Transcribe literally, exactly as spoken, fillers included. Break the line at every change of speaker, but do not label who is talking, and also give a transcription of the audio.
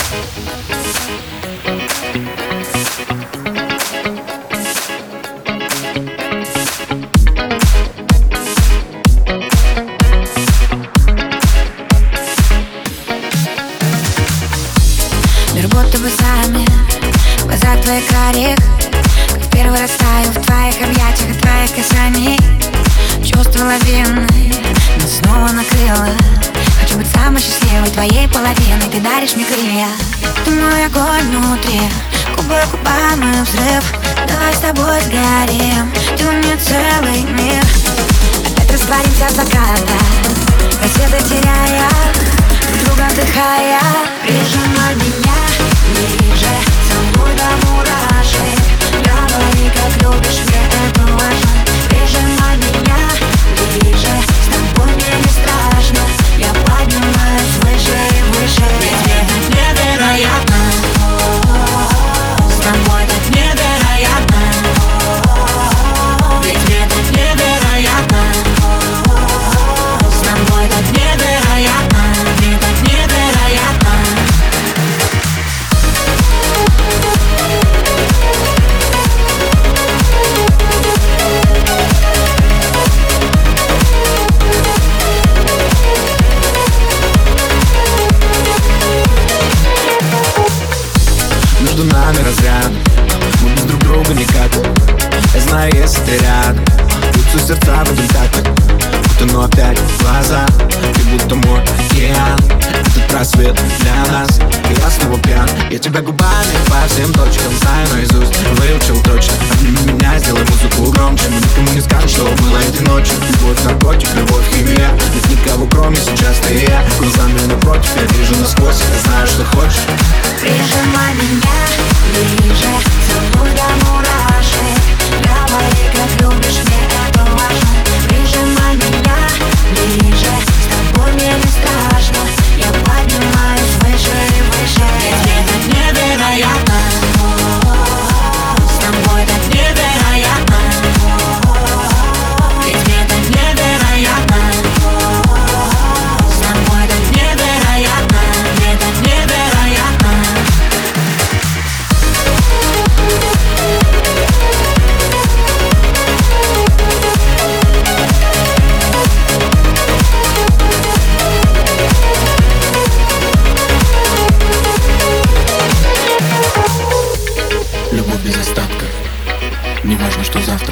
Мир будто бы замер, глаза твоих карих, как в первый раз таю в твоих объятиях и твоих касаний. Чувство лавины нас снова накрыло. Хочу быть самой счастливой твоей половиной. Ты даришь мне крылья. Ты мой огонь внутри, губы губами взрыв. Давай с тобой сгорим, ты у меня целый мир. Опять растворимся от заката, рассветы теряя, друг друга вдыхая. Прижимай меня ближе, целуй до мурашек. Говори, как любишь, мне это важно. Прижимай меня ближе, с тобой мне не страшно. Я поднимаюсь выше и выше. Ведь это невероятно, с тобой так невероятно. Ведь это невероятно, с тобой так невероятно. Мне так невероятно.
Между нами разряд, мы без друг друга никак. Я знаю, если ты рядом, бьются сердца в этом такте. Будто, но опять глаза, ты будто мой океан. Этот просвет для нас, и я снова пьян. Я тебя губами по всем точкам знаю наизусть, выучил точно. Обними меня, сделай музыку громче. Мы никому не скажем, что было этой ночью. Любовь, наркотик, любовь, химия. Нет никого, кроме сейчас ты и я. Глазами напротив, я вижу насквозь. Я знаю, что хочешь.
Прижимай меня ближе, целуй до мурашек. Говори, как любишь, мне это важно. Прижимай меня ближе, с тобой мне не страшно. Я поднимаюсь выше и выше. Ведь это невероятно, с тобой так невероятно. Ведь это невероятно, с тобой так невероятно. Мне так невероятно.
Любовь без остатка, не важно, что завтра.